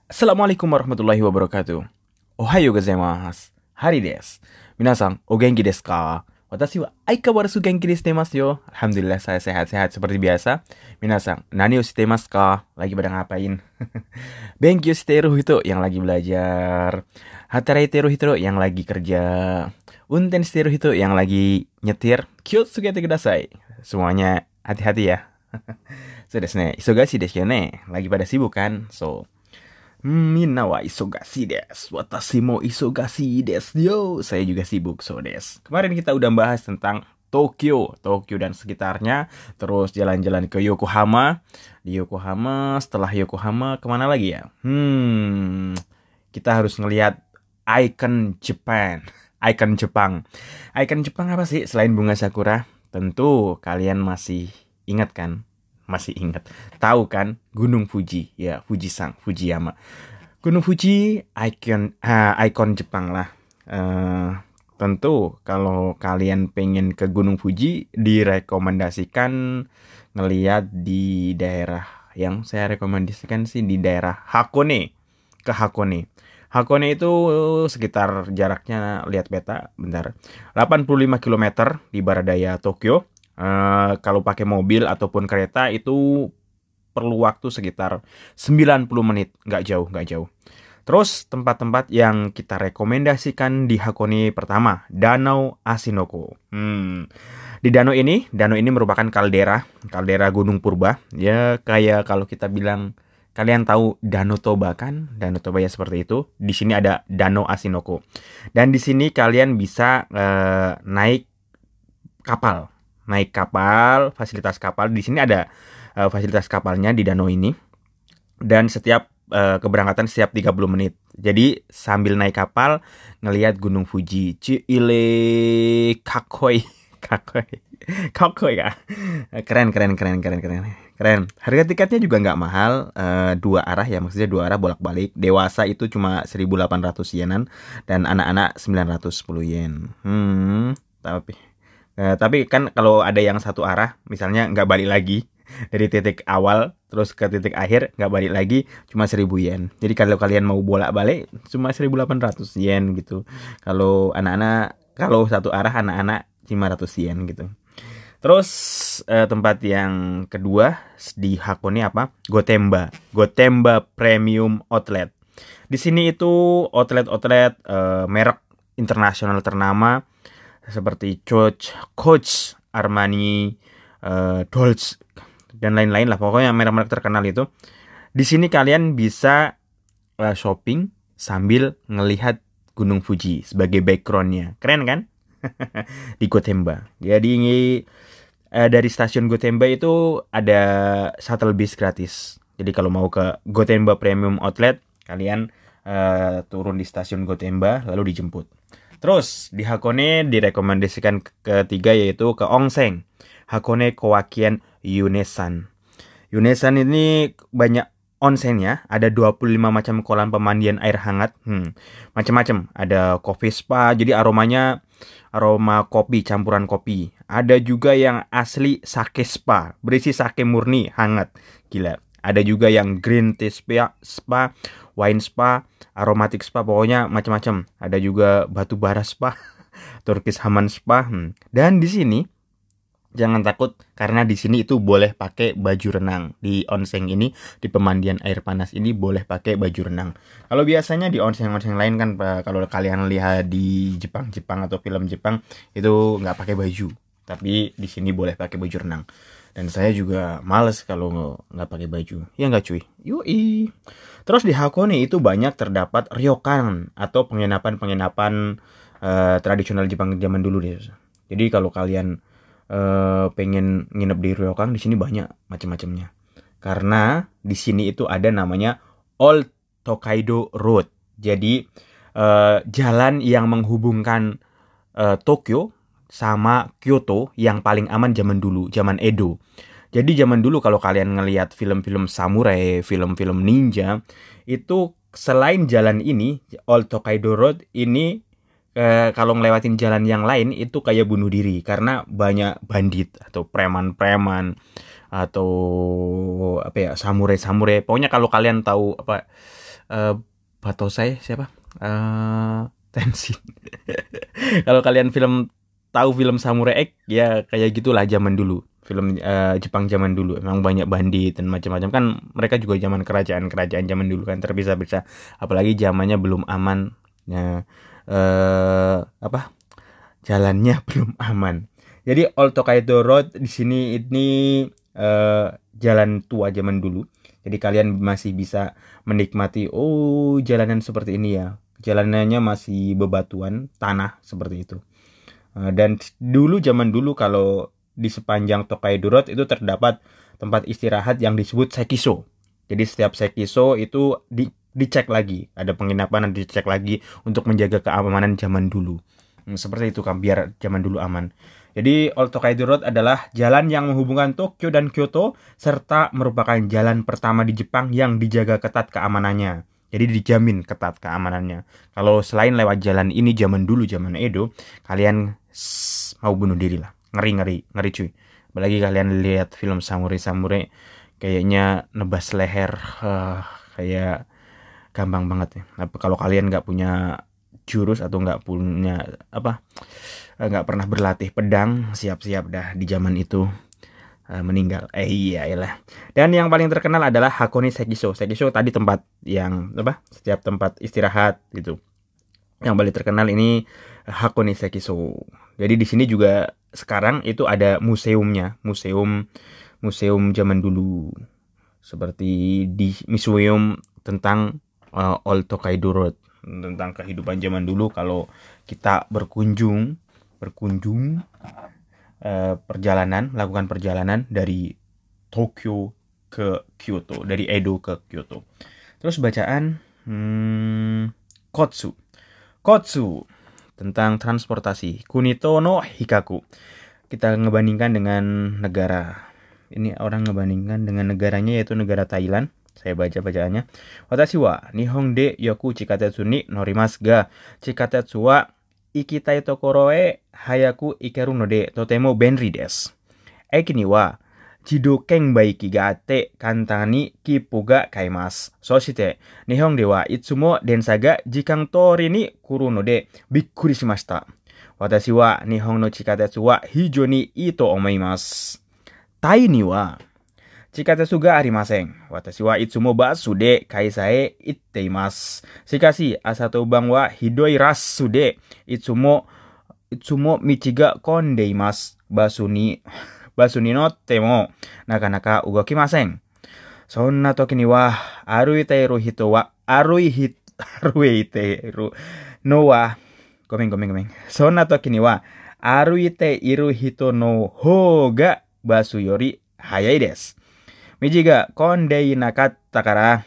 Assalamualaikum warahmatullahi wabarakatuh. Ohayo gozaimasu. Hari desu. Minasan, o genki desu ka? Watashi wa aikawarazu genki desu temasu yo. Alhamdulillah saya sehat-sehat seperti biasa. Minasan, nani o shitemasu ka? Lagi pada ngapain? Benkyo shiteru hito yang lagi belajar. Hataraiteru hito yang lagi kerja. Unten shiteru hito yang lagi nyetir. Kyotsugete kudasai. Semuanya hati-hati ya. So desu ne, isogashi desu yo ne. Lagi pada sibuk kan? Minna wa isogashi desu. Watashi mo isogashi desu yo. Saya juga sibuk so desu. Kemarin kita udah bahas tentang Tokyo dan sekitarnya. Terus jalan-jalan ke Yokohama. Di Yokohama, setelah Yokohama kemana lagi ya? Kita harus ngelihat icon Jepang. Icon Jepang. Icon Jepang apa sih selain bunga sakura? Tentu kalian masih ingat kan? Masih ingat. Tahu kan Gunung Fuji, ya Fujisan, Fujiyama. Gunung Fuji ikon Jepang lah. Tentu kalau kalian pengen ke Gunung Fuji direkomendasikan ngeliat di daerah yang saya rekomendasikan sih di daerah Hakone. Ke Hakone. Hakone itu sekitar jaraknya lihat peta bentar. 85 km di barat daya Tokyo. Kalau pakai mobil ataupun kereta itu perlu waktu sekitar 90 menit, nggak jauh. Terus tempat-tempat yang kita rekomendasikan di Hakone pertama, Danau Asinoko. Di danau ini merupakan kaldera gunung purba. Ya kayak kalau kita bilang, kalian tahu Danau Toba kan? Danau Toba ya seperti itu. Di sini ada Danau Asinoko. Dan di sini kalian bisa naik kapal, fasilitas kapal. Di sini ada fasilitas kapalnya di danau ini. Dan setiap keberangkatan setiap 30 menit. Jadi sambil naik kapal ngelihat Gunung Fuji. Ciile kakoi. Kakoi ya. Keren. Harga tiketnya juga nggak mahal, 2 arah ya, maksudnya 2 arah bolak-balik. Dewasa itu cuma 1.800 yenan dan anak-anak 910 yen. Tapi kan kalau ada yang satu arah, misalnya nggak balik lagi dari titik awal terus ke titik akhir, nggak balik lagi, cuma 1.000 yen. Jadi kalau kalian mau bolak-balik cuma 1.800 yen gitu. Kalau satu arah anak-anak 500 yen gitu. Terus tempat yang kedua di Hakone apa? Gotemba Premium Outlet. Di sini itu outlet merek internasional ternama seperti Coach, Armani, Dolce dan lain-lain lah, pokoknya merek-merek terkenal itu. Di sini kalian bisa shopping sambil ngelihat Gunung Fuji sebagai backgroundnya. Keren kan? Di Gotemba. Jadi dari stasiun Gotemba itu ada shuttle bus gratis. Jadi kalau mau ke Gotemba Premium Outlet, kalian turun di stasiun Gotemba lalu dijemput. Terus di Hakone direkomendasikan ketiga yaitu ke Onsen, Hakone Kowakian Yunesan. Yunesan ini banyak onsennya, ada 25 macam kolam pemandian air hangat. Macam-macam, ada coffee spa, jadi aromanya aroma kopi, campuran kopi. Ada juga yang asli sake spa, berisi sake murni hangat. Gila. Ada juga yang green tea spa, wine spa, aromatic spa, pokoknya macam-macam. Ada juga batu bara spa, Turkish Hammam spa. Dan di sini jangan takut karena di sini itu boleh pakai baju renang. Di onsen ini, di pemandian air panas ini boleh pakai baju renang. Kalau biasanya di onsen-onsen lain kan, kalau kalian lihat di Jepang atau film Jepang itu nggak pakai baju. Tapi di sini boleh pakai baju renang. Dan saya juga males kalau nggak pakai baju. Ya nggak cuy? Yoi. Terus di Hakone itu banyak terdapat ryokan atau penginapan tradisional Jepang zaman dulu deh. Jadi kalau kalian pengen nginep di ryokan, di sini banyak macam-macamnya. Karena di sini itu ada namanya Old Tokaido Road. Jadi jalan yang menghubungkan Tokyo sama Kyoto yang paling aman zaman dulu, zaman Edo. Jadi zaman dulu kalau kalian ngelihat film-film samurai, film-film ninja, itu selain jalan ini, Old Tokaido Road ini, kalau ngelewatin jalan yang lain itu kayak bunuh diri karena banyak bandit atau preman-preman atau apa ya, samurai. Pokoknya kalau kalian tahu apa eh Batosai siapa? Tenshin. Kalau kalian tahu film Samurai X ya kayak gitulah zaman dulu. Film Jepang zaman dulu emang banyak bandit dan macam-macam kan, mereka juga zaman kerajaan zaman dulu kan terpisah-pisah. Apalagi zamannya belum aman. Ya, apa? Jalannya belum aman. Jadi Old Tokaido Road di sini ini jalan tua zaman dulu. Jadi kalian masih bisa menikmati jalanan seperti ini ya. Jalanannya masih bebatuan, tanah seperti itu. Dan zaman dulu kalau di sepanjang Tokaido Road itu terdapat tempat istirahat yang disebut Sekiso. Jadi setiap Sekiso itu dicek lagi, ada penginapan yang dicek lagi untuk menjaga keamanan zaman dulu. Seperti itu kan, biar zaman dulu aman. Jadi Old Tokaido Road adalah jalan yang menghubungkan Tokyo dan Kyoto serta merupakan jalan pertama di Jepang yang dijaga ketat keamanannya. Jadi dijamin ketat keamanannya. Kalau selain lewat jalan ini zaman dulu, zaman Edo, kalian mau bunuh diri lah. Ngeri cuy. Apalagi kalian lihat film samurai kayaknya nebas leher, kayak gampang banget ya. Kalau kalian nggak punya jurus atau nggak punya nggak pernah berlatih pedang, siap-siap dah di zaman itu meninggal. Iyalah. Dan yang paling terkenal adalah Hakone Sekiso. Sekiso tadi tempat yang setiap tempat istirahat gitu. Yang paling terkenal ini Hakone Sekiso. Jadi di sini juga sekarang itu ada museumnya, museum zaman dulu. Seperti di museum tentang Old Tokaido Road, tentang kehidupan zaman dulu kalau kita melakukan perjalanan dari Tokyo ke Kyoto, dari Edo ke Kyoto. Terus bacaan Kotsu tentang transportasi. Kunito no Hikaku. Kita ngebandingkan dengan negara. Ini orang ngebandingkan dengan negaranya, yaitu negara Thailand. Saya baca bacaannya. Watashi wa Nihon de yoku chikatetsu ni norimasu ga, chikatetsu wa ikitai tokoro e hayaku ikeru no de totemo benri desu. Eki ni wa jidoken baiki ga atte kantang ni kippu ga kaimasu. Soshite Nihon de wa itsumo densa ga jikan tori ni kuru no de bikkuri shimashita. Watashi wa Nihon no chikatetsu wa hijou ni ii to omoimasu. Tai ni wa chikatetsu ga arimasen. Watashi wa itsumo basu de kaisa e itteimasu. Shikashi asa to ban wa hidoi rassu de itsumo michi ga kondeimasu. Basu ni notte mo nakanaka ugokimasen. Sonna toki ni wa aruiteru hito wa aruiteru no wa gomen. Sonna toki ni wa aruiteiru hito no hou ga basu yori hayai desu. Miji ga kondei nakatta kara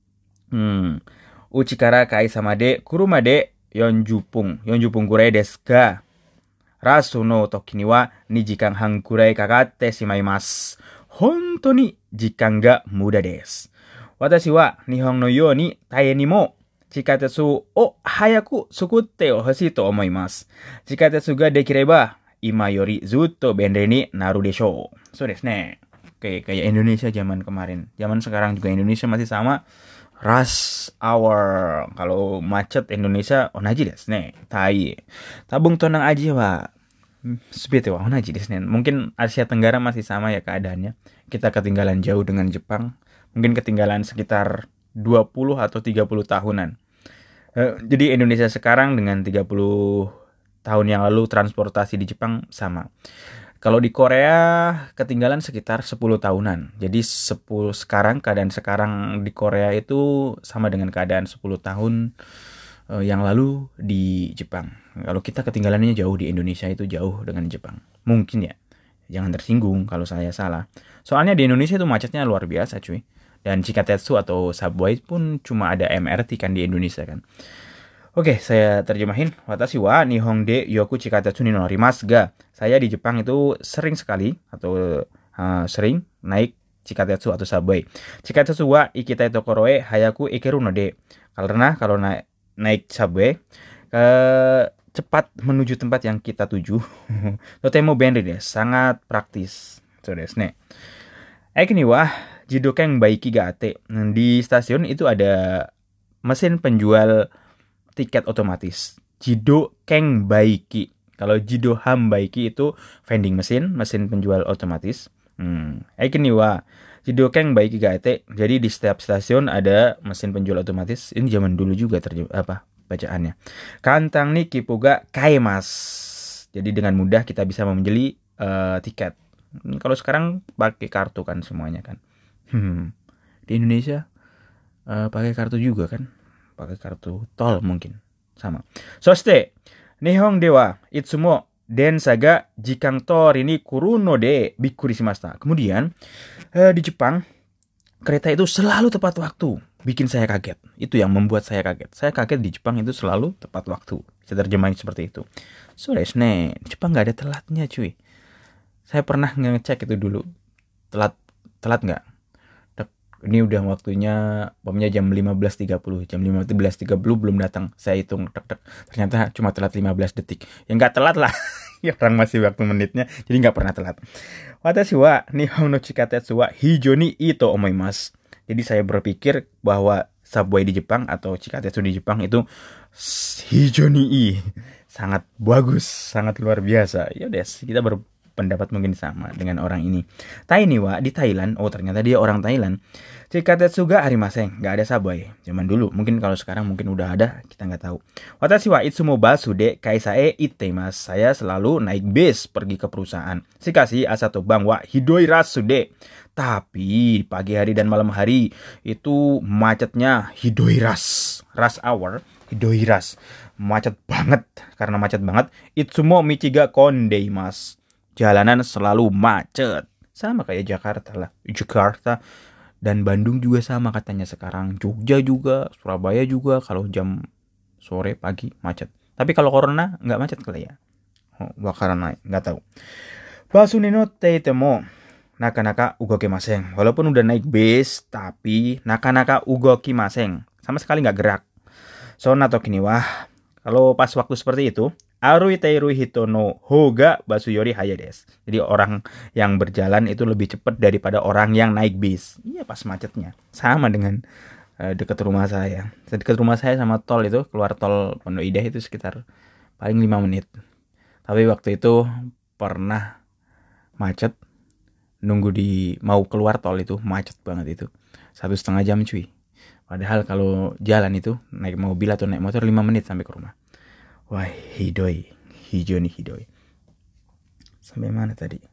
uchi kara kaisa made kuruma de 40分ぐらいですが、ラストの時には2時間半くらいかかってしまいます。本当に時間が無駄です。私は日本のようにタイにも地下鉄を早く作ってほしいと思います。地下鉄ができれば今よりずっと便利になるでしょう。そうですね。Kayak Indonesia zaman kemarin. Zaman sekarang juga Indonesia masih sama. Rush hour. Kalau macet Indonesia onaji desu ne. Tai. Tabung tonang aji wa subete wa onaji desu ne. Mungkin Asia Tenggara masih sama ya keadaannya. Kita ketinggalan jauh dengan Jepang. Mungkin ketinggalan sekitar 20 atau 30 tahunan. Jadi Indonesia sekarang dengan 30 tahun yang lalu transportasi di Jepang sama. Kalau di Korea ketinggalan sekitar 10 tahunan. Jadi keadaan sekarang di Korea itu sama dengan keadaan 10 tahun yang lalu di Jepang. Kalau kita ketinggalannya jauh di Indonesia itu jauh dengan Jepang. Mungkin ya. Jangan tersinggung kalau saya salah. Soalnya di Indonesia itu macetnya luar biasa cuy. Dan Chikatetsu atau Subway pun cuma ada MRT kan di Indonesia kan. Oke, saya terjemahin. Watashi wa Nihon de yoku chikatetsu ni norimasu ga. Saya di Jepang itu sering sekali atau sering naik Chikatetsu atau Subway. Chikatetsu wa ikitai tokoro e hayaku ikeru no de. Karena kalau naik Subway cepat menuju tempat yang kita tuju. Totemo benri desu, sangat praktis. So desu ne. Eki ni wa jidoken baiki ga ate. Di stasiun itu ada mesin penjual tiket otomatis. Jido Keng Baiki. Kalau Jido Ham Baiki itu vending mesin penjual otomatis. Ini wa Jido Keng Baiki gaete. Jadi di setiap stasiun ada mesin penjual otomatis. Ini zaman dulu juga bacaannya. Kantang ni kipuga kaimas. Jadi dengan mudah kita bisa membeli tiket. Kalau sekarang pakai kartu kan semuanya kan. Di Indonesia pakai kartu juga kan. Pakai kartu tol mungkin. Sama. Soste, Nihong dewa itsumo den saga jikang tor ini kuruno de bikkuri shimashita. Kemudian di Jepang kereta itu selalu tepat waktu. Bikin saya kaget. Itu yang membuat saya kaget. Saya kaget di Jepang itu selalu tepat waktu. Bisa terjemahin seperti itu. So desu ne, di Jepang nggak ada telatnya cuy. Saya pernah ngecek itu dulu. Telat nggak? Ini udah waktunya, pomnya jam 15.30. Jam 15.30 belum datang. Saya hitung, ternyata cuma telat 15 detik. Ya nggak telat lah. Ya orang masih waktu menitnya, jadi nggak pernah telat. Watashi wa Nihon no chikatetsu wa hijau ni ito omoimasu. Jadi saya berpikir bahwa subway di Jepang atau chikatetsu di Jepang itu hijau ni sangat bagus, sangat luar biasa. Ya udah, kita berpendapat mungkin sama dengan orang ini. Tainiwa di Thailand, ternyata dia orang Thailand. Chikatetsu ga arimasen, nggak ada subway. Zaman dulu, mungkin kalau sekarang mungkin udah ada, kita nggak tahu. Watashi wa itsumo basu de kaisae itteimasu. Saya selalu naik bis pergi ke perusahaan. Shikashi asato bang wa hidoi rasu de. Tapi pagi hari dan malam hari itu macetnya hidoi rush hour, hidoi rush. Macet banget. Karena macet banget, itsumo michiga kondeimasu. Jalanan selalu macet. Sama kayak Jakarta lah. Jakarta dan Bandung juga sama katanya sekarang. Jogja juga, Surabaya juga. Kalau jam sore, pagi macet. Tapi kalau corona nggak macet kali ya. Karena nggak tahu. Basuni no teitemo nakanaka ugokimasen. Walaupun udah naik bis, tapi nakanaka ugokimasen. Sama sekali nggak gerak. So nato kini wah. Kalau pas waktu seperti itu, arui teiru hito no hoga basu yori haya des. Jadi orang yang berjalan itu lebih cepat daripada orang yang naik bis. Iya pas macetnya. Sama dengan dekat rumah saya. Dekat rumah saya sama tol itu, keluar tol Pondok Indah itu sekitar paling 5 menit. Tapi waktu itu pernah macet. Nunggu mau keluar tol itu macet banget itu. 1,5 jam cuy. Padahal kalau jalan itu naik mobil atau naik motor 5 menit sampai ke rumah. Wah, hidoi. Hijau nih hidoi. Sampai mana tadi?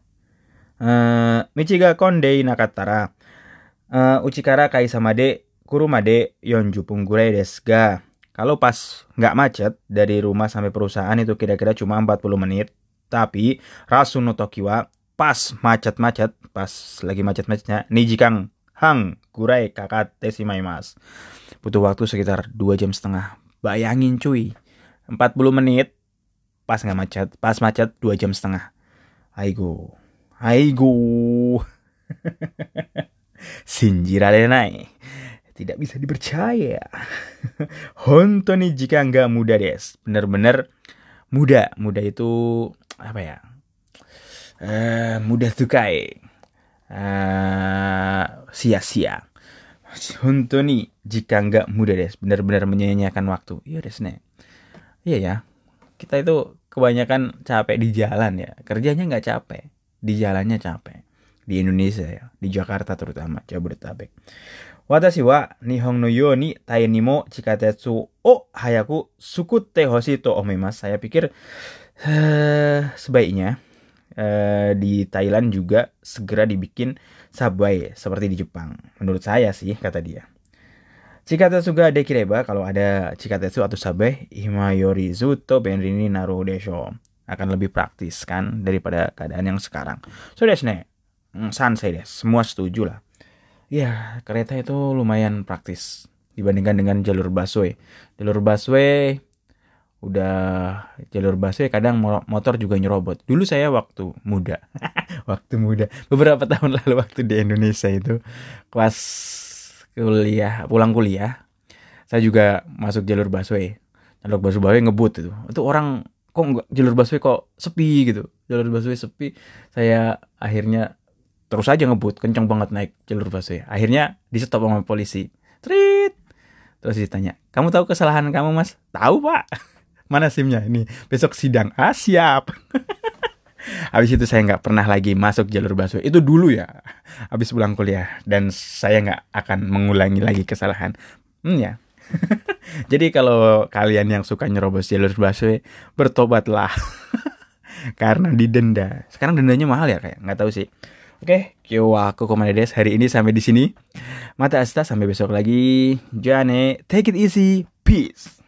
Michiga kondei nakatara. Uchikara kaisama de kuruma de 40 分ぐらいですが. Kalau pas nggak macet, dari rumah sampai perusahaan itu kira-kira cuma 40 menit. Tapi, rasu no toki wa pas macet-macet, pas lagi macet-macetnya, nijikang hang gurai kakate shimaimasu. Butuh waktu sekitar 2,5 jam. Bayangin cuy. 40 menit pas nggak macet, pas macet 2,5 jam. Aigo. Shinjirarenai. Tidak bisa dipercaya. Honto ni jika nggak muda des. Bener-bener muda. Muda itu apa ya? Mudah tukai. Sia-sia. Honto ni jika nggak muda des. Bener-bener menyia-nyiakan waktu. Iya des ne. Iya ya, kita itu kebanyakan capek di jalan ya. Kerjanya nggak capek, di jalannya capek. Di Indonesia ya, di Jakarta terutama, Jabodetabek. Watashi wa nihon no yo ni tai ni mo chikatetsu o hayaku sukutte hoshi to omoimasu. Saya pikir sebaiknya di Thailand juga segera dibikin subway seperti di Jepang. Menurut saya sih, kata dia. Chikatetsu ga dekireba, kalau ada chikatetsu atau subway, ima yori zuto benri ni naru desho. Akan lebih praktis kan daripada keadaan yang sekarang. So desu ne. Sansei desu. Semua setuju lah. Ya, kereta itu lumayan praktis dibandingkan dengan jalur busway. Jalur busway kadang motor juga nyerobot. Dulu saya waktu muda. Beberapa tahun lalu waktu di Indonesia itu kelas pulang kuliah, saya juga masuk jalur busway ngebut itu orang kok enggak, jalur busway kok sepi gitu, saya akhirnya terus aja ngebut kenceng banget naik jalur busway, akhirnya di stop sama polisi, trit, Terus ditanya, kamu tahu kesalahan kamu mas? Tahu pak. Mana SIM-nya? Ini besok sidang. Ah siap. Habis itu saya nggak pernah lagi masuk jalur busway. Itu dulu ya. Habis pulang kuliah. Dan saya nggak akan mengulangi lagi kesalahan. Ya. Jadi kalau kalian yang suka nyerobos jalur busway, bertobatlah. Karena didenda. Sekarang dendanya mahal ya kayak. Nggak tahu sih. Oke, Kyowaku Komandes hari ini sampai di sini. Mata asta sampai besok lagi. Jane, take it easy. Peace.